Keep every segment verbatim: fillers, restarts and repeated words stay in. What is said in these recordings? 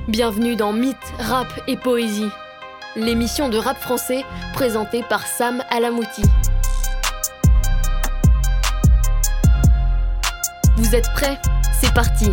Bienvenue dans Mythe, Rap et Poésie, l'émission de rap français présentée par Sam Alamouti. Vous êtes prêts ? C'est parti.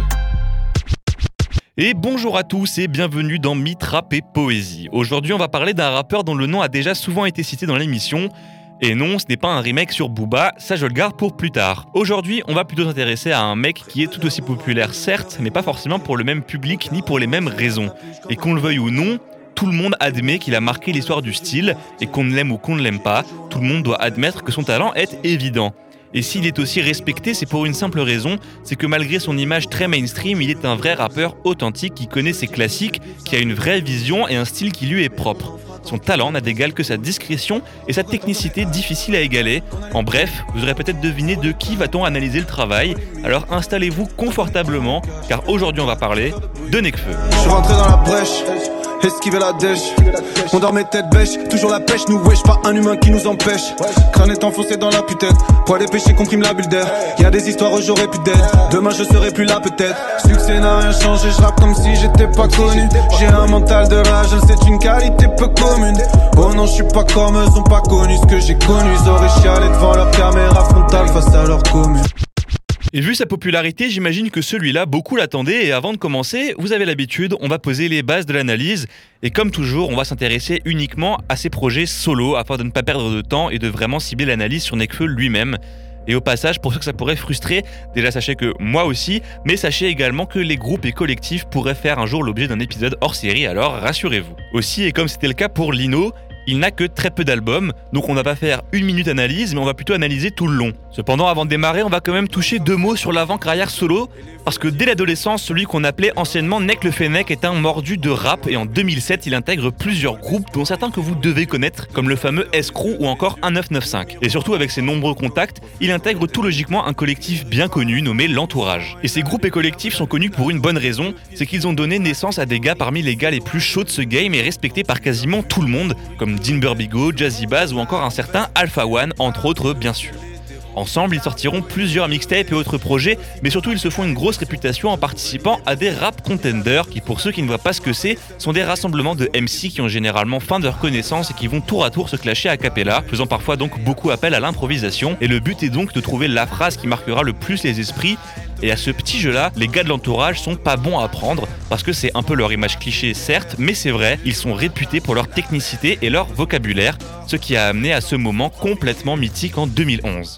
Et bonjour à tous et bienvenue dans Mythe, Rap et Poésie. Aujourd'hui, on va parler d'un rappeur dont le nom a déjà souvent été cité dans l'émission. Et non, ce n'est pas un remake sur Booba, ça je le garde pour plus tard. Aujourd'hui, on va plutôt s'intéresser à un mec qui est tout aussi populaire, certes, mais pas forcément pour le même public ni pour les mêmes raisons. Et qu'on le veuille ou non, tout le monde admet qu'il a marqué l'histoire du style, et qu'on ne l'aime ou qu'on ne l'aime pas, tout le monde doit admettre que son talent est évident. Et s'il est aussi respecté, c'est pour une simple raison, c'est que malgré son image très mainstream, il est un vrai rappeur authentique qui connaît ses classiques, qui a une vraie vision et un style qui lui est propre. Son talent n'a d'égal que sa discrétion et sa technicité difficile à égaler. En bref, vous aurez peut-être deviné de qui va-t-on analyser le travail. Alors installez-vous confortablement, car aujourd'hui on va parler de Nekfeu. Je suis rentré dans la brèche, esquiver la dèche. On dormait tête bêche, toujours la pêche, nous wesh, pas un humain qui nous empêche. Crâne est enfoncé dans la putette, poil et péché comprime la bulle d'air. Y'a des histoires où j'aurais pu d'être, demain je serai plus là peut-être. Succès n'a rien changé, je rappe comme si j'étais pas connu. J'ai un mental de rage, c'est une qualité peu commune. Oh non, je suis pas comme eux, sont pas connus ce que j'ai connu. Ils auraient chialé devant leur caméra frontale face à leur commune. Et vu sa popularité, j'imagine que celui-là, beaucoup l'attendaient. Et avant de commencer, vous avez l'habitude, on va poser les bases de l'analyse. Et comme toujours, on va s'intéresser uniquement à ses projets solo, afin de ne pas perdre de temps et de vraiment cibler l'analyse sur Nekfeu lui-même. Et au passage, pour ceux que ça pourrait frustrer, déjà sachez que moi aussi, mais sachez également que les groupes et collectifs pourraient faire un jour l'objet d'un épisode hors série, alors rassurez-vous. Aussi, et comme c'était le cas pour Lino, il n'a que très peu d'albums, donc on va pas faire une minute analyse, mais on va plutôt analyser tout le long. Cependant, avant de démarrer, on va quand même toucher deux mots sur l'avant-carrière solo, parce que dès l'adolescence, celui qu'on appelait anciennement Nek le Fennec est un mordu de rap, et en deux mille sept, il intègre plusieurs groupes, dont certains que vous devez connaître, comme le fameux S-Crew ou encore un neuf neuf cinq. Et surtout, avec ses nombreux contacts, il intègre tout logiquement un collectif bien connu, nommé l'Entourage. Et ces groupes et collectifs sont connus pour une bonne raison, c'est qu'ils ont donné naissance à des gars parmi les gars les plus chauds de ce game et respectés par quasiment tout le monde, comme Dean Burbigo, Jazzy Bass ou encore un certain Alpha One, entre autres bien sûr. Ensemble, ils sortiront plusieurs mixtapes et autres projets, mais surtout ils se font une grosse réputation en participant à des rap contenders qui, pour ceux qui ne voient pas ce que c'est, sont des rassemblements de M C qui ont généralement faim de reconnaissance et qui vont tour à tour se clasher a cappella, faisant parfois donc beaucoup appel à l'improvisation. Et le but est donc de trouver la phrase qui marquera le plus les esprits. Et à ce petit jeu-là, les gars de l'Entourage sont pas bons à apprendre, parce que c'est un peu leur image cliché certes, mais c'est vrai, ils sont réputés pour leur technicité et leur vocabulaire, ce qui a amené à ce moment complètement mythique en deux mille onze.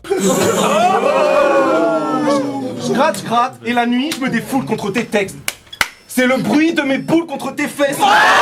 Je gratte, je gratte, et la nuit, je me défoule contre tes textes. C'est le bruit de mes boules contre tes fesses.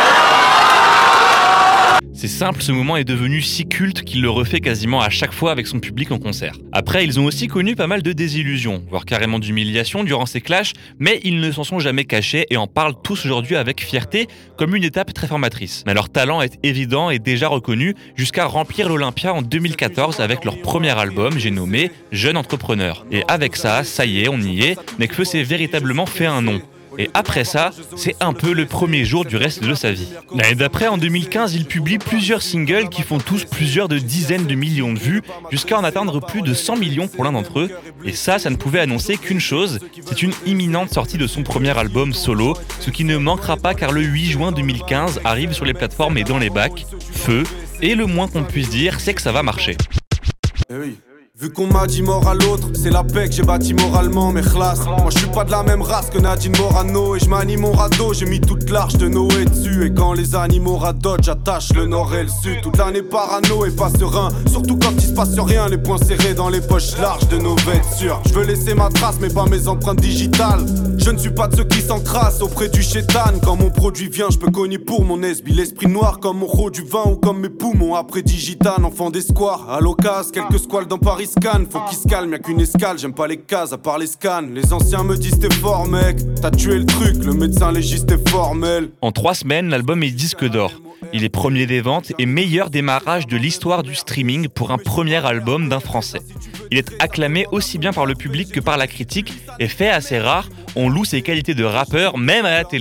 C'est simple, ce moment est devenu si culte qu'il le refait quasiment à chaque fois avec son public en concert. Après, ils ont aussi connu pas mal de désillusions, voire carrément d'humiliation durant ces clashs, mais ils ne s'en sont jamais cachés et en parlent tous aujourd'hui avec fierté, comme une étape très formatrice. Mais leur talent est évident et déjà reconnu, jusqu'à remplir l'Olympia en deux mille quatorze avec leur premier album, j'ai nommé Jeune Entrepreneur. Et avec ça, ça y est, on y est, Nekfeu s'est véritablement fait un nom. Et après ça, c'est un peu le premier jour du reste de sa vie. L'année d'après, en deux mille quinze, il publie plusieurs singles qui font tous plusieurs de dizaines de millions de vues, jusqu'à en atteindre plus de cent millions pour l'un d'entre eux. Et ça, ça ne pouvait annoncer qu'une chose, c'est une imminente sortie de son premier album solo, ce qui ne manquera pas car le huit juin deux mille quinze arrive sur les plateformes et dans les bacs, feu, et le moins qu'on puisse dire, c'est que ça va marcher. Eh oui. Vu qu'on m'a dit mort à l'autre, c'est la paix que j'ai bâti moralement, mais khlas. Moi je suis pas de la même race que Nadine Morano. Et je manie mon radeau, j'ai mis toute l'arche de Noé dessus. Et quand les animaux radotent, j'attache le nord et le sud. Toute l'année parano et pas serein, surtout quand il se passe rien. Les poings serrés dans les poches larges de nos vêtures. Je veux laisser ma trace mais pas mes empreintes digitales. Je ne suis pas de ceux qui s'encrassent auprès du chétan. Quand mon produit vient, je peux cogner pour mon esbi. L'esprit noir comme mon ro du vin ou comme mes poumons. Après digitane, enfant des squares. À l'occasion, quelques squales dans Paris scan. Faut qu'il se calme, y'a qu'une escale. J'aime pas les cases à part les scans. Les anciens me disent t'es fort mec, t'as tué le truc, le médecin légiste est formel. En trois semaines, l'album est disque d'or. Il est premier des ventes et meilleur démarrage de l'histoire du streaming pour un premier album d'un Français. Il est acclamé aussi bien par le public que par la critique et fait assez rare, on loue ses qualités de rappeur même à la télé.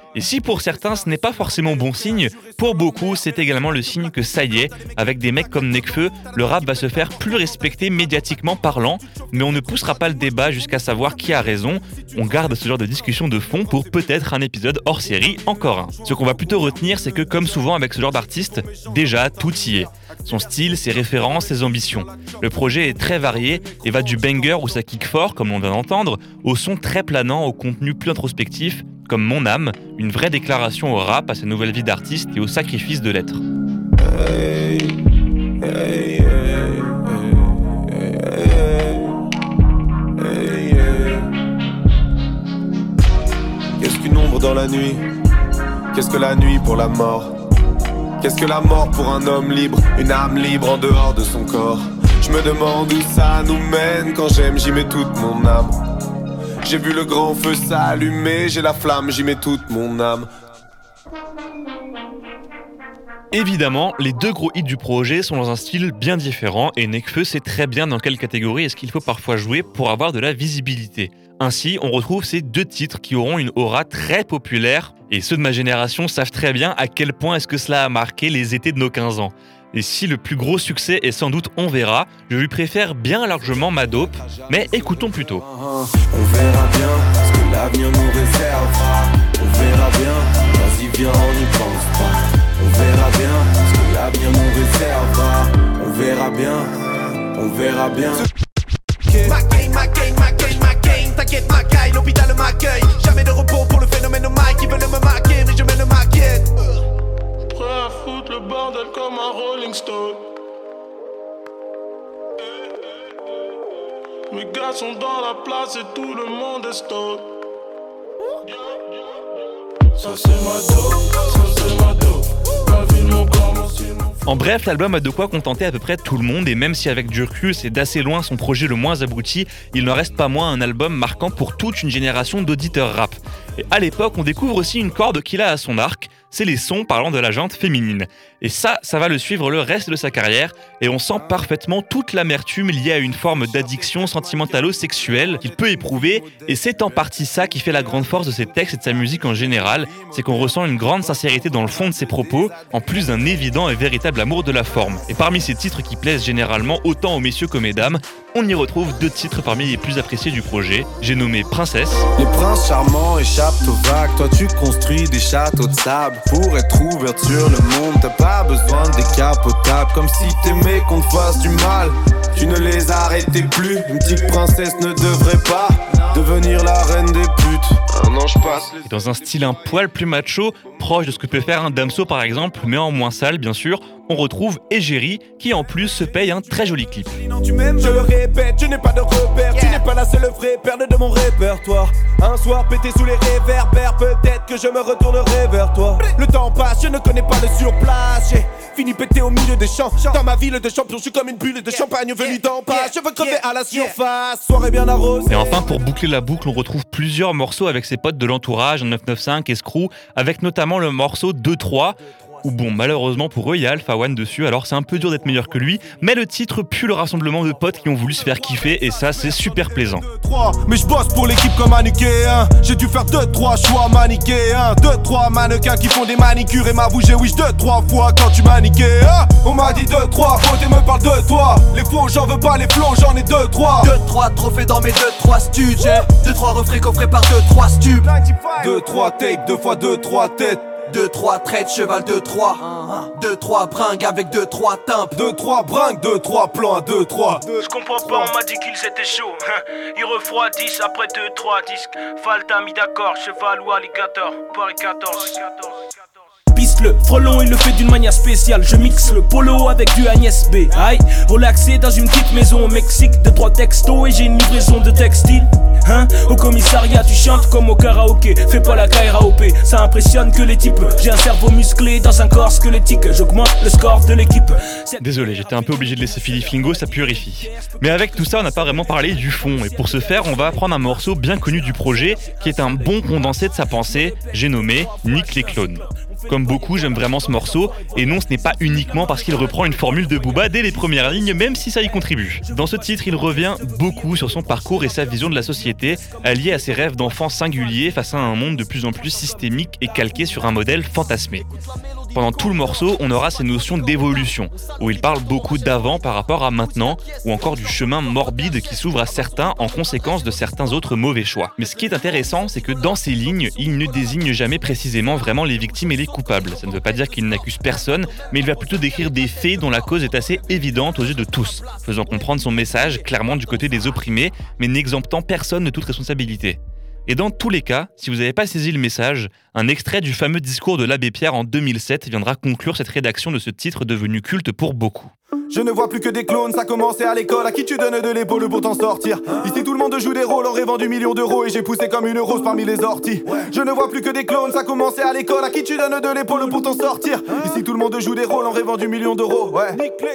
Et si pour certains ce n'est pas forcément bon signe, pour beaucoup c'est également le signe que ça y est, avec des mecs comme Nekfeu, le rap va se faire plus respecter médiatiquement parlant, mais on ne poussera pas le débat jusqu'à savoir qui a raison, on garde ce genre de discussion de fond pour peut-être un épisode hors série, encore un. Ce qu'on va plutôt retenir, c'est que comme souvent avec ce genre d'artiste, déjà tout y est. Son style, ses références, ses ambitions. Le projet est très varié et va du banger où ça kick fort, comme on vient d'entendre, au son très planant, au contenu plus introspectif, comme Mon âme, une vraie déclaration au rap, à sa nouvelle vie d'artiste et au sacrifice de l'être. Hey, hey, hey, hey, hey, hey. Qu'est-ce qu'une ombre dans la nuit? Qu'est-ce que la nuit pour la mort? Qu'est-ce que la mort pour un homme libre? Une âme libre en dehors de son corps. Je me demande où ça nous mène. Quand j'aime, j'y mets toute mon âme. J'ai vu le grand feu s'allumer. J'ai la flamme, j'y mets toute mon âme. Évidemment, les deux gros hits du projet sont dans un style bien différent et Nekfeu sait très bien dans quelle catégorie est-ce qu'il faut parfois jouer pour avoir de la visibilité. Ainsi, on retrouve ces deux titres qui auront une aura très populaire et ceux de ma génération savent très bien à quel point est-ce que cela a marqué les étés de nos quinze ans. Et si le plus gros succès est sans doute On verra, je lui préfère bien largement Ma dope, mais écoutons plutôt. On verra bien ce que l'avenir nous réservera. On verra bien, vas-y viens on n'y pense pas. On verra bien ce que l'avenir nous réservera. On verra bien, on verra bien. McCain, McCain, McCain, McCain, t'inquiète McCain, l'hôpital m'accueille. Jamais de repos pour le phénomène au mic, ils veulent me marquer, mais je mets le maquette. Prêt à foutre le bordel comme un Rolling Stone. Mes gars sont dans la place et tout le monde est stone. Ça c'est ma dope, ça c'est ma dope. La vie de mon corps, mon style, mon... En bref, l'album a de quoi contenter à peu près tout le monde et même si avec du recul c'est d'assez loin son projet le moins abouti, il n'en reste pas moins un album marquant pour toute une génération d'auditeurs rap. Et à l'époque, on découvre aussi une corde qu'il a à son arc, c'est les sons parlant de la jante féminine. Et ça, ça va le suivre le reste de sa carrière et on sent parfaitement toute l'amertume liée à une forme d'addiction sentimentalo-sexuelle qu'il peut éprouver et c'est en partie ça qui fait la grande force de ses textes et de sa musique en général, c'est qu'on ressent une grande sincérité dans le fond de ses propos, en plus d'un évident et véritable amour de la forme. Et parmi ces titres qui plaisent généralement autant aux messieurs qu'aux mesdames, on y retrouve deux titres parmi les plus appréciés du projet. J'ai nommé Princesse. Les princes charmants échappent aux vagues. Toi tu construis des châteaux de sable. Pour être ouvert sur le monde, t'as pas besoin de décapotables. Comme si t'aimais qu'on te fasse du mal. Tu ne les arrêtais plus. Une petite princesse ne devrait pas devenir la reine des putes. Un ange passe. Et dans un style un poil plus macho, proche de ce que peut faire un Damso par exemple, mais en moins sale bien sûr, on retrouve Égérie qui en plus se paye un très joli clip. Tu m'aimes, je le répète, tu n'es pas de repère. Tu n'es pas la seule vraie perle de mon répertoire. Un soir pété sous les réverbères, peut-être que je me retournerai vers toi. Le temps passe, je ne connais pas le surplace. J'ai fini pété au milieu des champs. Dans ma ville de champion, je suis comme une bulle de champagne venue d'en bas. Je veux crever à la surface, soirée bien arrosée. Et enfin, pour boucler la boucle, on retrouve plusieurs morceaux avec ses potes de l'entourage, neuf neuf cinq et Screw, avec notamment le morceau deux trois. Où bon, malheureusement pour eux, il y a Alpha One dessus, alors c'est un peu dur d'être meilleur que lui, mais le titre pue le rassemblement de potes qui ont voulu se faire kiffer, et ça, c'est super plaisant. Mais je bosse pour l'équipe comme un nuquéen. J'ai dû faire deux trois choix manichéens. deux trois mannequins qui font des manicures et m'avouent j'ai wish deux trois fois quand tu m'as niqué, hein. On m'a dit deux trois, côté me parle de toi. Les flots j'en veux pas, les flots j'en ai deux trois. deux trois trophées dans mes deux trois studs. deux trois refrains coffrés par deux trois stupes. deux trois takes, deux fois deux trois têtes. deux trois traites, cheval deux trois. deux trois bringues avec deux trois timbres. deux trois bringues, deux trois plans à deux trois. Je comprends pas, on m'a dit qu'ils étaient chauds. Ils refroidissent après deux trois disques. Falta mis d'accord, cheval ou alligator. Paris quatorze. Piste le frelon, il le fait d'une manière spéciale. Je mixe le polo avec du Agnès B. Aïe, relaxé dans une petite maison au Mexique. Deux trois textos et j'ai une livraison de textile. Hein, au commissariat tu chantes comme au karaoké. Fais pas la K R A O P, ça impressionne que les types. J'ai un cerveau musclé dans un corps squelettique. J'augmente le score de l'équipe. Désolé, j'étais un peu obligé de laisser Philippe Fingo, ça purifie. Mais avec tout ça, on n'a pas vraiment parlé du fond. Et pour ce faire, on va prendre un morceau bien connu du projet, qui est un bon condensé de sa pensée. J'ai nommé Nick les clones. Comme beaucoup, j'aime vraiment ce morceau, et non, ce n'est pas uniquement parce qu'il reprend une formule de Booba dès les premières lignes, même si ça y contribue. Dans ce titre, il revient beaucoup sur son parcours et sa vision de la société, allié à ses rêves d'enfant singulier face à un monde de plus en plus systémique et calqué sur un modèle fantasmé. Pendant tout le morceau, on aura ces notions d'évolution, où il parle beaucoup d'avant par rapport à maintenant, ou encore du chemin morbide qui s'ouvre à certains en conséquence de certains autres mauvais choix. Mais ce qui est intéressant, c'est que dans ces lignes, il ne désigne jamais précisément vraiment les victimes et les coupables. Ça ne veut pas dire qu'il n'accuse personne, mais il va plutôt décrire des faits dont la cause est assez évidente aux yeux de tous, faisant comprendre son message clairement du côté des opprimés, mais n'exemptant personne de toute responsabilité. Et dans tous les cas, si vous n'avez pas saisi le message, un extrait du fameux discours de l'abbé Pierre en deux mille sept viendra conclure cette rédaction de ce titre devenu culte pour beaucoup. Je ne vois plus que des clones, ça commençait à l'école. À qui tu donnes de l'épaule pour t'en sortir? Ici tout le monde joue des rôles, aurait vendu millions d'euros et j'ai poussé comme une rose parmi les orties. Je ne vois plus que des clones, ça commençait à l'école. À qui tu donnes de l'épaule pour t'en sortir? Ici tout le monde joue des rôles, aurait vendu millions d'euros. Ouais.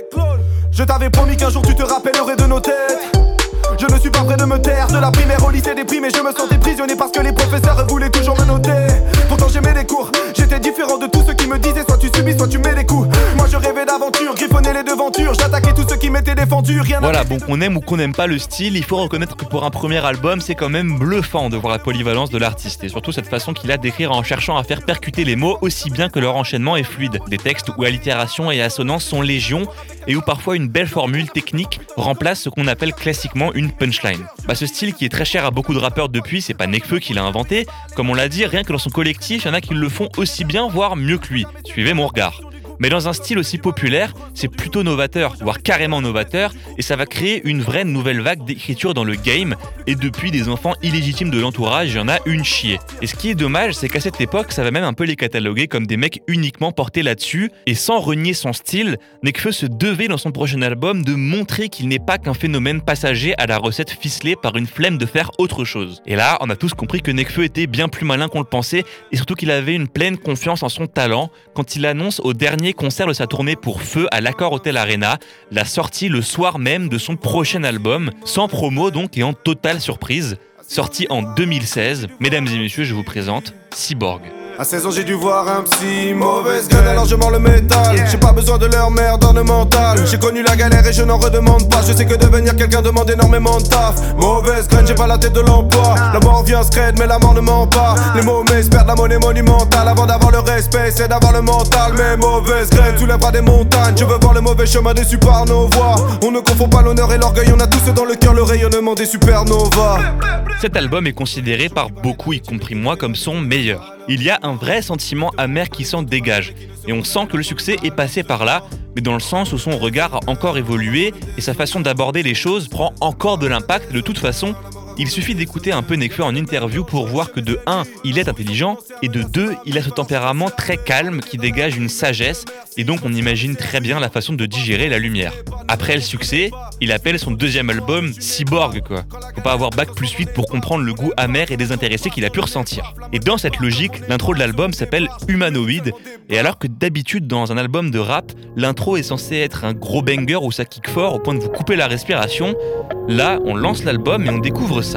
Je t'avais promis qu'un jour tu te rappellerais de nos têtes. Je ne suis pas prêt de me taire, de la primaire au lycée déprimé, je me sentais prisonnier parce que les professeurs voulaient toujours me noter. Pourtant j'aimais les cours, j'étais différent de tous ceux qui me disaient soit tu subis, soit tu mets les coups. Moi je rêvais d'aventure, griffonnais les devantures, j'attaquais tous ceux qui m'étaient défendus. Rien voilà, bon qu'on aime ou qu'on n'aime pas le style, il faut reconnaître que pour un premier album, c'est quand même bluffant de voir la polyvalence de l'artiste et surtout cette façon qu'il a d'écrire en cherchant à faire percuter les mots aussi bien que leur enchaînement est fluide. Des textes où allitération et assonance sont légion et où parfois une belle formule technique remplace ce qu'on appelle classiquement une punchline. Bah ce style qui est très cher à beaucoup de rappeurs depuis, c'est pas Nekfeu qui l'a inventé, comme on l'a dit, rien que dans son collectif, il y en a qui le font aussi bien, voire mieux que lui. Suivez mon regard. Mais dans un style aussi populaire, c'est plutôt novateur, voire carrément novateur, et ça va créer une vraie nouvelle vague d'écriture dans le game, et depuis des enfants illégitimes de l'entourage, il y en a une chier. Et ce qui est dommage, c'est qu'à cette époque, ça va même un peu les cataloguer comme des mecs uniquement portés là-dessus, et sans renier son style, Nekfeu se devait dans son prochain album de montrer qu'il n'est pas qu'un phénomène passager à la recette ficelée par une flemme de faire autre chose. Et là, on a tous compris que Nekfeu était bien plus malin qu'on le pensait, et surtout qu'il avait une pleine confiance en son talent, quand il annonce au dernier concert de sa tournée pour Feu à l'Accor Hotel Arena, la sortie le soir même de son prochain album, sans promo donc et en totale surprise, sorti en deux mille seize. Mesdames et messieurs, je vous présente Cyborg. À seize ans j'ai dû voir un psy, mauvaise graine alors je mords le métal. J'ai pas besoin de leur merde ornementale. J'ai connu la galère et je n'en redemande pas. Je sais que devenir quelqu'un demande énormément de taf. Mauvaise graine, j'ai pas la tête de l'emploi. La mort vient scred mais la mort ne ment pas. Les mauvais perdent la monnaie monumentale. Avant d'avoir le respect c'est d'avoir le mental. Mais mauvaise graine soulèvera des montagnes. Je veux voir le mauvais chemin déçu par nos voix. On ne confond pas l'honneur et l'orgueil. On a tous dans le cœur le rayonnement des supernovas. Cet album est considéré par beaucoup, y compris moi, comme son meilleur. Il y a un vrai sentiment amer qui s'en dégage. Et on sent que le succès est passé par là, mais dans le sens où son regard a encore évolué et sa façon d'aborder les choses prend encore de l'impact. De toute façon, il suffit d'écouter un peu Nekfeu en interview pour voir que de un, il est intelligent, et de deux, il a ce tempérament très calme qui dégage une sagesse, et donc on imagine très bien la façon de digérer la lumière. Après le succès, il appelle son deuxième album Cyborg, quoi. Faut pas avoir bac plus huit pour comprendre le goût amer et désintéressé qu'il a pu ressentir. Et dans cette logique, l'intro de l'album s'appelle Humanoid, et alors que d'habitude dans un album de rap, l'intro est censé être un gros banger où ça kick fort au point de vous couper la respiration, là on lance l'album et on découvre ça.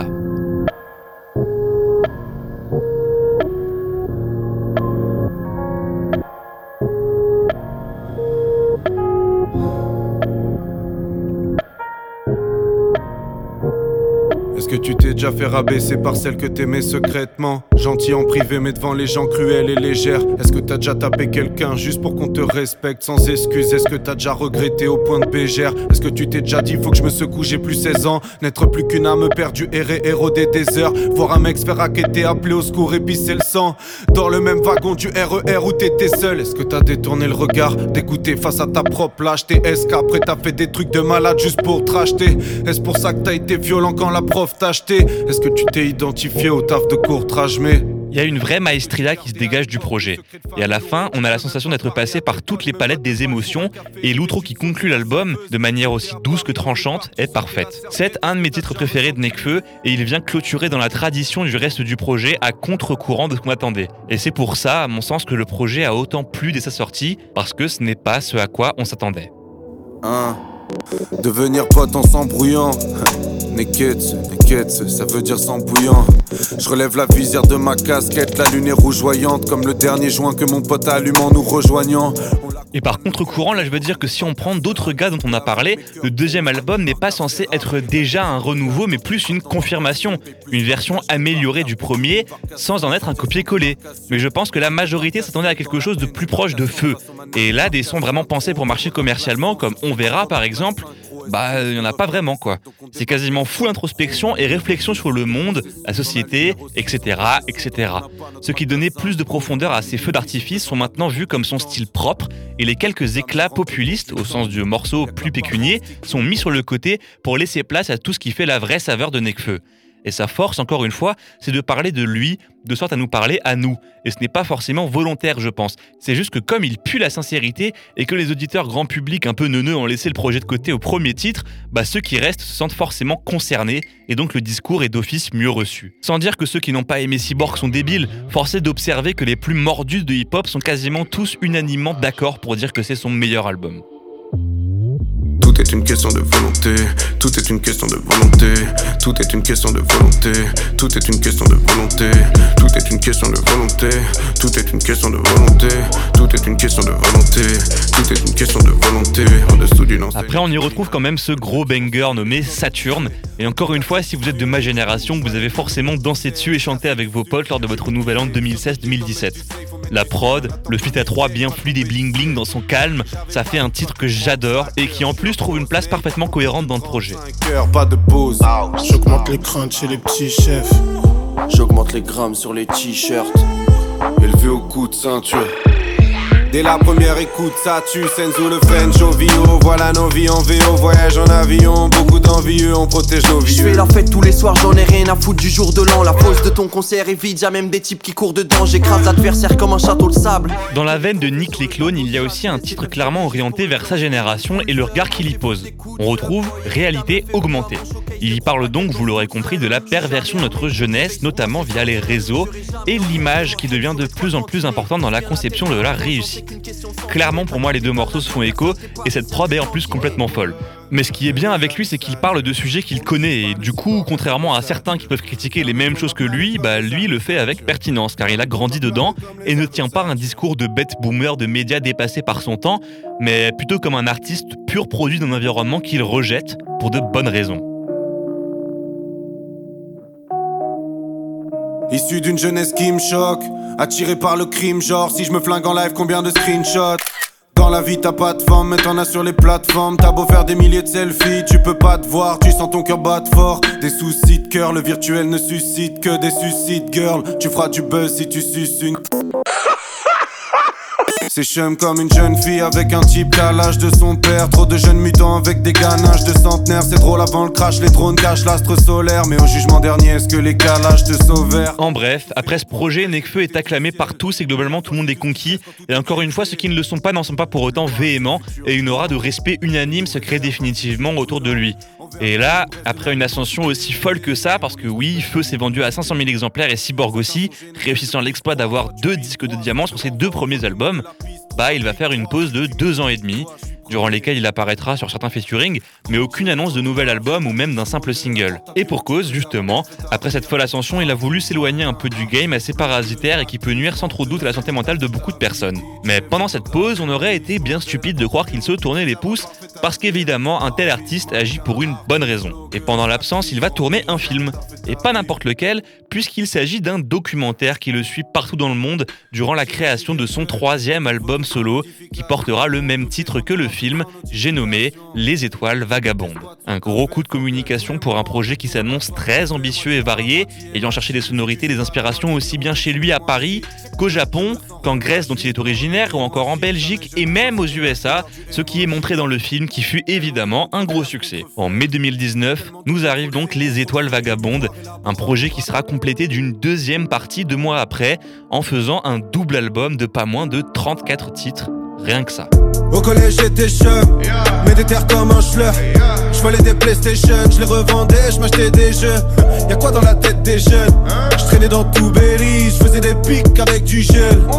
Est-ce que tu t'es déjà fait rabaisser par celle que t'aimais secrètement? Gentil en privé mais devant les gens cruelle et légère. Est-ce que t'as déjà tapé quelqu'un juste pour qu'on te respecte sans excuse? Est-ce que t'as déjà regretté au point de bégère? Est-ce que tu t'es déjà dit faut que je me secoue, j'ai plus seize ans? N'être plus qu'une âme perdue, errer, éroder des heures. Voir un mec se faire raqueter, appeler au secours et pisser le sang. Dans le même wagon du R E R où t'étais seul. Est-ce que t'as détourné le regard, dégoûté face à ta propre lâcheté? Est-ce qu'après t'as fait des trucs de malade juste pour te racheter? Est-ce pour ça que t'as été violent quand la prof t'a acheté? Est-ce que tu t'es identifié au taf de court-trage? Mais il y a une vraie maestria qui se dégage du projet. Et à la fin, on a la sensation d'être passé par toutes les palettes des émotions et l'outro qui conclut l'album, de manière aussi douce que tranchante, est parfaite. C'est un de mes titres préférés de Nekfeu et il vient clôturer dans la tradition du reste du projet à contre-courant de ce qu'on attendait. Et c'est pour ça, à mon sens, que le projet a autant plu dès sa sortie, parce que ce n'est pas ce à quoi on s'attendait. Hein, devenir pote en s'embrouillant. Neketsu, neketsu, ça veut dire sang bouillant. Je relève la visière de ma casquette, la lune est rougeoyante comme le dernier joint que mon pote allume en nous rejoignant. Et par contre-courant, là je veux dire que si on prend d'autres gars dont on a parlé, le deuxième album n'est pas censé être déjà un renouveau mais plus une confirmation, une version améliorée du premier sans en être un copier-coller. Mais je pense que la majorité s'attendait à quelque chose de plus proche de Feu. Et là des sons vraiment pensés pour marcher commercialement comme On Verra par exemple, bah il n'y en a pas vraiment quoi. C'est quasiment full introspection et réflexion sur le monde, la société, et cetera et cetera. Ce qui donnait plus de profondeur à ces feux d'artifice sont maintenant vus comme son style propre et les quelques éclats populistes, au sens du morceau plus pécunier, sont mis sur le côté pour laisser place à tout ce qui fait la vraie saveur de Nekfeu. Et sa force, encore une fois, c'est de parler de lui, de sorte à nous parler à nous. Et ce n'est pas forcément volontaire, je pense. C'est juste que comme il pue la sincérité et que les auditeurs grand public un peu neuneux ont laissé le projet de côté au premier titre, bah ceux qui restent se sentent forcément concernés et donc le discours est d'office mieux reçu. Sans dire que ceux qui n'ont pas aimé Cyborg sont débiles, force est d'observer que les plus mordus de hip-hop sont quasiment tous unanimement d'accord pour dire que c'est son meilleur album. Tout est une question de volonté, tout est une question de volonté, tout est une question de volonté, tout est une question de volonté, tout est une question de volonté, tout est une question de volonté, tout est une question de volonté, tout est une question de volonté, en dessous d'une enseigne. Après on y retrouve quand même ce gros banger nommé Saturne, et encore une fois si vous êtes de ma génération, vous avez forcément dansé dessus et chanté avec vos potes lors de votre nouvel an deux mille seize deux mille dix-sept. La prod, le feat à trois bien fluide et bling bling dans son calme, ça fait un titre que j'adore et qui en plus trouve une place parfaitement cohérente dans le projet. Pas de pause. J'augmente les craintes chez les petits chefs. J'augmente les grammes sur les t-shirts. Élevé au coup de ceinture. Dès la première écoute, ça tue, Senzu le French au Vio. Voilà nos vies en V O, voyage en avion. Beaucoup d'envieux, on protège nos vieux. Je fais la fête tous les soirs, j'en ai rien à foutre du jour de l'an. La pause de ton concert est vide, y'a même des types qui courent dedans. J'écrase l'adversaire comme un château de sable. Dans la veine de Nick les clones, il y a aussi un titre clairement orienté vers sa génération et le regard qu'il y pose. On retrouve réalité augmentée. Il y parle donc, vous l'aurez compris, de la perversion de notre jeunesse, notamment via les réseaux, et l'image qui devient de plus en plus importante dans la conception de la réussite. Clairement, pour moi, les deux morceaux se font écho, et cette prod est en plus complètement folle. Mais ce qui est bien avec lui, c'est qu'il parle de sujets qu'il connaît, et du coup, contrairement à certains qui peuvent critiquer les mêmes choses que lui, bah lui le fait avec pertinence, car il a grandi dedans, et ne tient pas un discours de bête boomer de médias dépassés par son temps, mais plutôt comme un artiste pur produit d'un environnement qu'il rejette, pour de bonnes raisons. Issu d'une jeunesse qui me choque, attiré par le crime, genre si je me flingue en live, combien de screenshots? Dans la vie t'as pas de femme, mais t'en as sur les plateformes. T'as beau faire des milliers de selfies, tu peux pas te voir, tu sens ton cœur battre fort. Des soucis de cœur, le virtuel ne suscite que des suicides, girl. Tu feras du buzz si tu suces une... C'est chum comme une jeune fille avec un type qu'à l'âge de son père. Trop de jeunes mutants avec des ganaches de centenaires. C'est drôle avant le crash, les drones cachent l'astre solaire. Mais au jugement dernier, est-ce que les calages te sauvèrent? En bref, après ce projet, Nekfeu est acclamé par tous et globalement tout le monde est conquis. Et encore une fois, ceux qui ne le sont pas n'en sont pas pour autant véhéments. Et une aura de respect unanime se crée définitivement autour de lui. Et là, après une ascension aussi folle que ça, parce que oui, Feu s'est vendu à cinq cent mille exemplaires et Cyborg aussi, réussissant l'exploit d'avoir deux disques de diamant sur ses deux premiers albums, bah il va faire une pause de deux ans et demi, durant lesquels il apparaîtra sur certains featuring, mais aucune annonce de nouvel album ou même d'un simple single. Et pour cause, justement, après cette folle ascension, il a voulu s'éloigner un peu du game assez parasitaire et qui peut nuire sans trop de doute à la santé mentale de beaucoup de personnes. Mais pendant cette pause, on aurait été bien stupide de croire qu'il se tournait les pouces, parce qu'évidemment, un tel artiste agit pour une bonne raison. Et pendant l'absence, il va tourner un film. Et pas n'importe lequel, puisqu'il s'agit d'un documentaire qui le suit partout dans le monde durant la création de son troisième album solo, qui portera le même titre que le film, j'ai nommé Les Étoiles Vagabondes. Un gros coup de communication pour un projet qui s'annonce très ambitieux et varié, ayant cherché des sonorités, des inspirations aussi bien chez lui à Paris qu'au Japon, qu'en Grèce dont il est originaire, ou encore en Belgique et même aux U S A, ce qui est montré dans le film qui fut évidemment un gros succès. En mai deux mille dix-neuf, nous arrive donc Les Étoiles Vagabondes, un projet qui sera complété d'une deuxième partie deux mois après, en faisant un double album de pas moins de trente-quatre titres, rien que ça. Au collège j'étais chum, mais déter comme un schleur. Je volais des PlayStation, je les revendais, je m'achetais des jeux. Y'a quoi dans la tête des jeunes? Je traînais dans tout Berry, je faisais des pics avec du gel. J'avais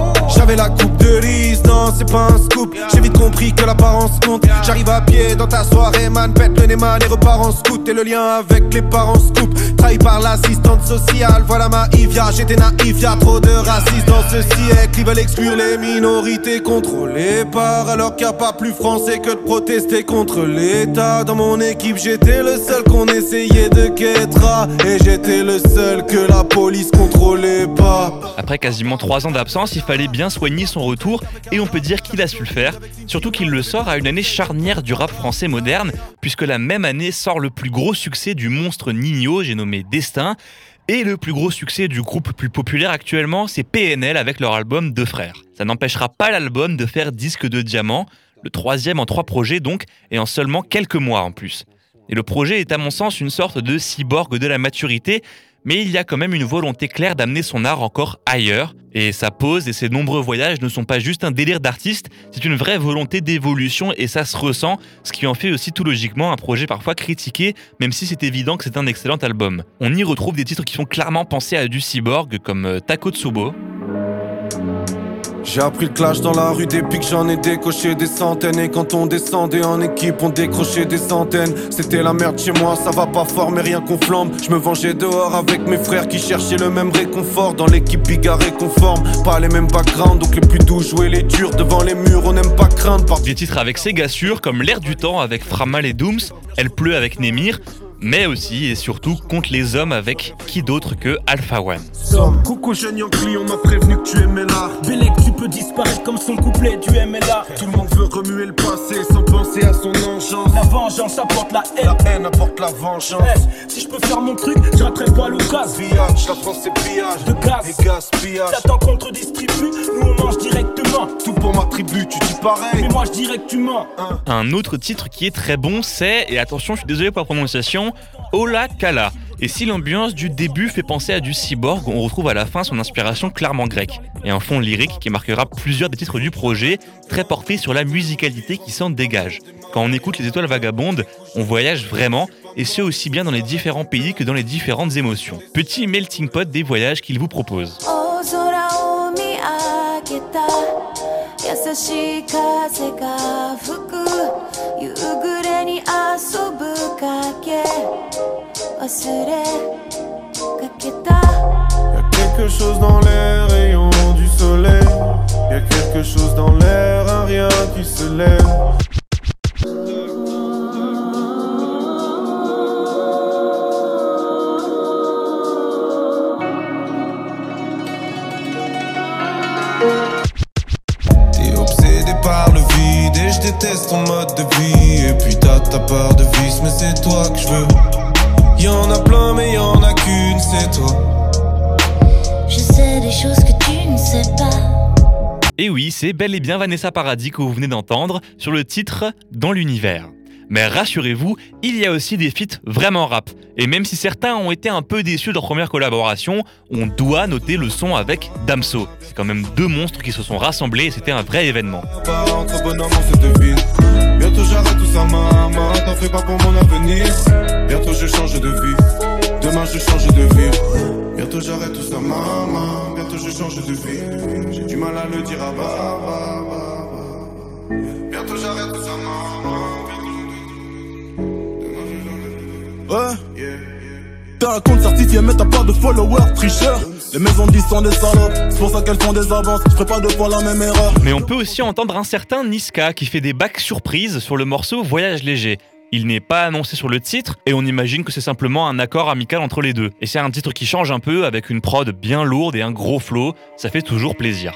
j'avais la coupe de riz. Non, c'est pas un scoop, j'ai vite compris que l'apparence compte. J'arrive à pied dans ta soirée, man, pète le nez, man, et repars en scout. Et le lien avec les parents scoop, trahi par l'assistante sociale. Voilà ma Ivia, j'étais naïf, y'a trop de racistes dans ce siècle. Ils veulent exclure les minorités contrôlées par, alors qu'il n'y a pas plus français que de protester contre l'État. Dans mon équipe, j'étais le seul qu'on essayait de quêtra, et j'étais le seul que la police contrôlait pas. Après quasiment trois ans d'absence, il fallait bien soigner son retour et on peut dire qu'il a su le faire, surtout qu'il le sort à une année charnière du rap français moderne, puisque la même année sort le plus gros succès du monstre Ninho, j'ai nommé Destin, et le plus gros succès du groupe plus populaire actuellement, c'est P N L avec leur album Deux Frères. Ça n'empêchera pas l'album de faire disque de diamant, le troisième en trois projets donc, et en seulement quelques mois en plus. Et le projet est à mon sens une sorte de cyborg de la maturité, mais il y a quand même une volonté claire d'amener son art encore ailleurs. Et sa pose et ses nombreux voyages ne sont pas juste un délire d'artiste, c'est une vraie volonté d'évolution et ça se ressent, ce qui en fait aussi tout logiquement un projet parfois critiqué, même si c'est évident que c'est un excellent album. On y retrouve des titres qui font clairement penser à du cyborg, comme Takotsubo. J'ai appris le clash dans la rue des pics, j'en ai décoché des centaines. Et quand on descendait en équipe, on décrochait des centaines. C'était la merde chez moi, ça va pas fort mais rien qu'on flambe. Je me vengeais dehors avec mes frères qui cherchaient le même réconfort. Dans l'équipe bigarrée conforme, pas les mêmes backgrounds. Donc les plus doux jouaient les durs, devant les murs on n'aime pas craindre par... Des titres avec Sega Sûr, comme L'air du temps avec Framal et Dooms, Elle pleut avec Némir, mais aussi et surtout contre les hommes avec qui d'autre que Alpha One. Coucou jeune Yankee, on m'a prévenu que tu aimais l'art. Bélec, tu peux disparaître comme son couplet du M L A. Tout le monde veut remuer le passé sans penser à son engeance. La vengeance apporte la haine. La haine apporte la vengeance. Hey, si je peux faire mon truc, je raterai pas l'occasion. Pillage, la France c'est pillage de gaz et gaspillage. T'attends qu'on te distribue, nous on mange directement. Tout pour ma tribu, tu dis pareil. Mais moi je dirais que tu mens. hein. Un autre titre qui est très bon, c'est, et attention je suis désolé pour la prononciation, Ola Kala. Et si l'ambiance du début fait penser à du cyborg, on retrouve à la fin son inspiration clairement grecque. Et un fond lyrique qui marquera plusieurs des titres du projet, très porté sur la musicalité qui s'en dégage. Quand on écoute Les Étoiles Vagabondes, on voyage vraiment, et ce aussi bien dans les différents pays que dans les différentes émotions. Petit melting pot des voyages qu'il vous propose. Y'a quelque chose dans les rayons du soleil. Y'a quelque chose dans l'air, un rien qui se lève. T'es obsédé par le vide et je déteste ton mode de vie. Et puis t'as ta part de vice, mais c'est toi que je veux. Y'en a plein mais y'en a qu'une, c'est toi. Je sais des choses que tu ne sais pas. Et oui, c'est bel et bien Vanessa Paradis que vous venez d'entendre sur le titre Dans l'univers. Mais rassurez-vous, il y a aussi des feats vraiment rap. Et même si certains ont été un peu déçus de leur première collaboration, on doit noter le son avec Damso. C'est quand même deux monstres qui se sont rassemblés et c'était un vrai événement. Bientôt j'arrête tout ça, maman, t'en fais pas pour mon avenir. Bientôt je change de vie, demain je change de vie. Bientôt j'arrête tout ça, maman, bientôt je change de vie. J'ai du mal à le dire à bas, bas, bas, bas. Bientôt j'arrête tout ça, maman. Ouais, t'as un compte certifié mais t'as pas de followers, tricheur. Les maisons de disques sont des salopes, c'est pour ça qu'elles font des avances. Je ferai pas deux fois la même erreur. Mais on peut aussi entendre un certain Niska qui fait des bacs surprises sur le morceau Voyage léger. Il n'est pas annoncé sur le titre et on imagine que c'est simplement un accord amical entre les deux. Et c'est un titre qui change un peu avec une prod bien lourde et un gros flow, ça fait toujours plaisir.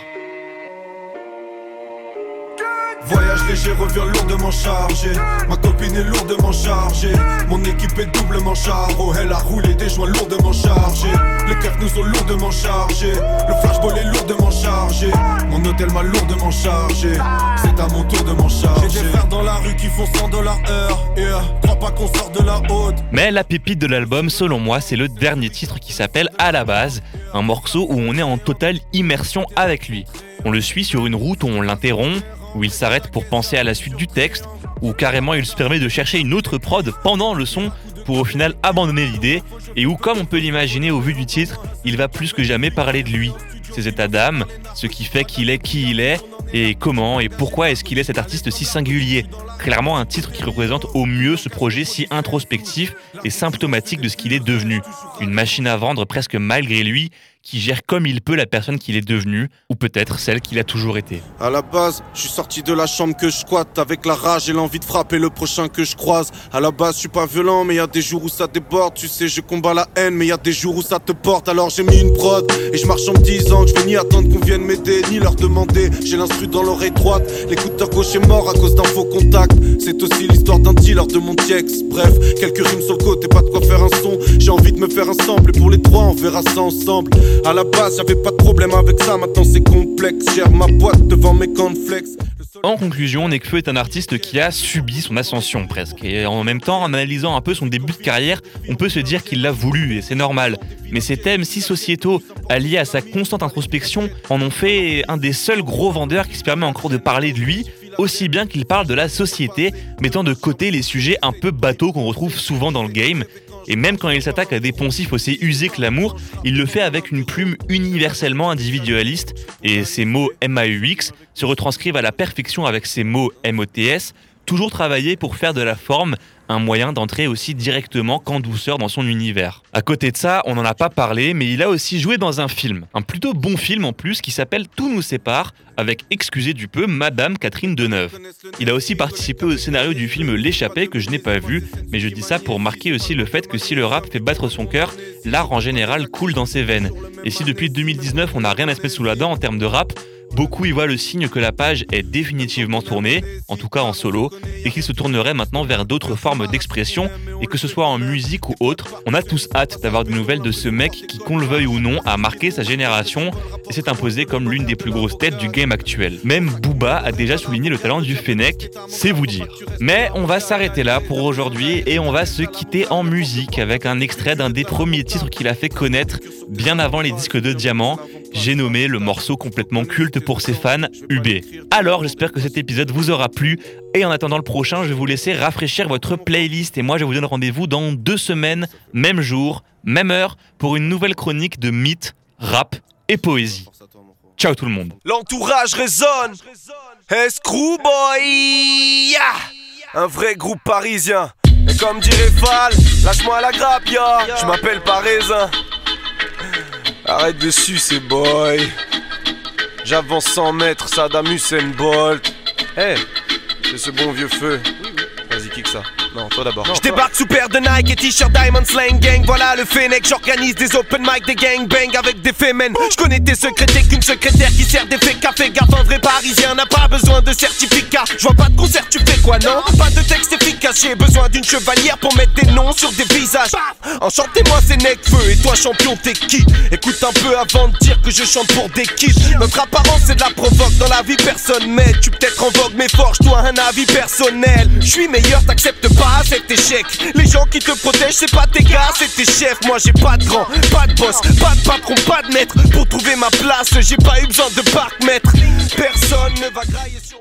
Voyage léger revient lourdement chargé. Ma copine est lourdement chargée. Mon équipe est doublement charo. Elle a roulé des joints lourdement chargés. Les keufs nous ont lourdement chargés. Le flashball est lourdement chargé. Mon hôtel m'a lourdement chargé. C'est à mon tour de m'en charger. J'ai des frères dans la rue qui font cent dollars heure. Et euh, crois pas qu'on sort de la haute. Mais la pépite de l'album, selon moi, c'est le dernier titre qui s'appelle À la base. Un morceau où on est en totale immersion avec lui. On le suit sur une route où on l'interrompt, où il s'arrête pour penser à la suite du texte, où carrément il se permet de chercher une autre prod pendant le son pour au final abandonner l'idée, et où, comme on peut l'imaginer au vu du titre, il va plus que jamais parler de lui. ses états d'âme, ce qui fait qu'il est qui il est, et comment et pourquoi est-ce qu'il est cet artiste si singulier. Clairement un titre qui représente au mieux ce projet si introspectif et symptomatique de ce qu'il est devenu. Une machine à vendre presque malgré lui, qui gère comme il peut la personne qu'il est devenu, ou peut-être celle qu'il a toujours été. À la base, je suis sorti de la chambre que je squatte, avec la rage et l'envie de frapper le prochain que je croise. À la base, je suis pas violent, mais y a des jours où ça déborde. Tu sais, je combats la haine, mais y a des jours où ça te porte. Alors j'ai mis une prod, et je marche en me disant que je vais ni attendre qu'on vienne m'aider, ni leur demander. J'ai l'instru dans l'oreille droite, l'écouteur gauche est mort à cause d'un faux contact. C'est aussi l'histoire d'un dealer de mon Tiex. Bref, quelques rimes sur le côté, pas de quoi faire un son. J'ai envie de me faire un sample, et pour les trois, on verra ça ensemble. À la base, j'avais pas de problème avec ça, maintenant c'est complexe. Gère ma boîte devant mes cornflakes. En conclusion, Nekfeu est un artiste qui a subi son ascension presque. Et en même temps, en analysant un peu son début de carrière, on peut se dire qu'il l'a voulu, et c'est normal. Mais ces thèmes si sociétaux, alliés à sa constante introspection, en ont fait un des seuls gros vendeurs qui se permet encore de parler de lui, aussi bien qu'il parle de la société, mettant de côté les sujets un peu bateaux qu'on retrouve souvent dans le game. Et même quand il s'attaque à des poncifs aussi usés que l'amour, il le fait avec une plume universellement individualiste, et ses mots M A U X se retranscrivent à la perfection avec ses mots M O T S, toujours travaillé pour faire de la forme un moyen d'entrer aussi directement qu'en douceur dans son univers. À côté de ça, on n'en a pas parlé, mais il a aussi joué dans un film, un plutôt bon film en plus, qui s'appelle Tout nous sépare, avec, excusez du peu, Madame Catherine Deneuve. Il a aussi participé au scénario du film L'échappée, que je n'ai pas vu, mais je dis ça pour marquer aussi le fait que si le rap fait battre son cœur, l'art en général coule dans ses veines. Et si depuis deux mille dix-neuf on n'a rien à se mettre sous la dent en termes de rap, beaucoup y voient le signe que la page est définitivement tournée, en tout cas en solo, et qu'il se tournerait maintenant vers d'autres formes d'expression, et que ce soit en musique ou autre, on a tous hâte d'avoir des nouvelles de ce mec qui, qu'on le veuille ou non, a marqué sa génération et s'est imposé comme l'une des plus grosses têtes du game actuel. Même Booba a déjà souligné le talent du Fennec, c'est vous dire. Mais on va s'arrêter là pour aujourd'hui et on va se quitter en musique avec un extrait d'un des premiers titres qu'il a fait connaître bien avant les disques de diamant. J'ai nommé le morceau complètement culte pour ses fans, U B. Alors j'espère que cet épisode vous aura plu, et en attendant le prochain, je vais vous laisser rafraîchir votre playlist, et moi je vous donne rendez-vous dans deux semaines, même jour, même heure, pour une nouvelle chronique de mythes, rap et poésie. Ciao tout le monde. L'entourage résonne. Hey Screwboy, yeah. Un vrai groupe parisien. Et comme dirait Fall, lâche-moi la grappe, ya. Je m'appelle Parisien. Arrête de sucer, boy. J'avance cent mètres, Saddam Hussein Bolt. Hey, c'est ce bon vieux feu. Vas-y, kick ça. Non, toi d'abord. Je débarque sous paire de Nike et t-shirt Diamond Slang Gang. Voilà le Fennec, j'organise des open mic, des gangbang avec des fémènes. Je connais tes secrets, t'es qu'une secrétaire qui sert des faits café. Gaffe, un vrai parisien n'a pas besoin de certificat. Je vois pas de concert, tu fais quoi, non? Pas de texte efficace, j'ai besoin d'une chevalière pour mettre des noms sur des visages. Enchanté, moi c'est Nekfeu et toi champion, t'es qui? Écoute un peu avant de dire que je chante pour des kids. Notre apparence c'est de la provoque, dans la vie personne m'aide. Tu peut-être en vogue mais forge-toi un avis personnel. Je suis meilleur, t'acceptes pas cet échec. Les gens qui te protègent c'est pas tes gars, c'est tes chefs. Moi j'ai pas de grand, pas de boss, pas de patron, pas de maître. Pour trouver ma place j'ai pas eu besoin de parc-mètre. Personne ne va grailler sur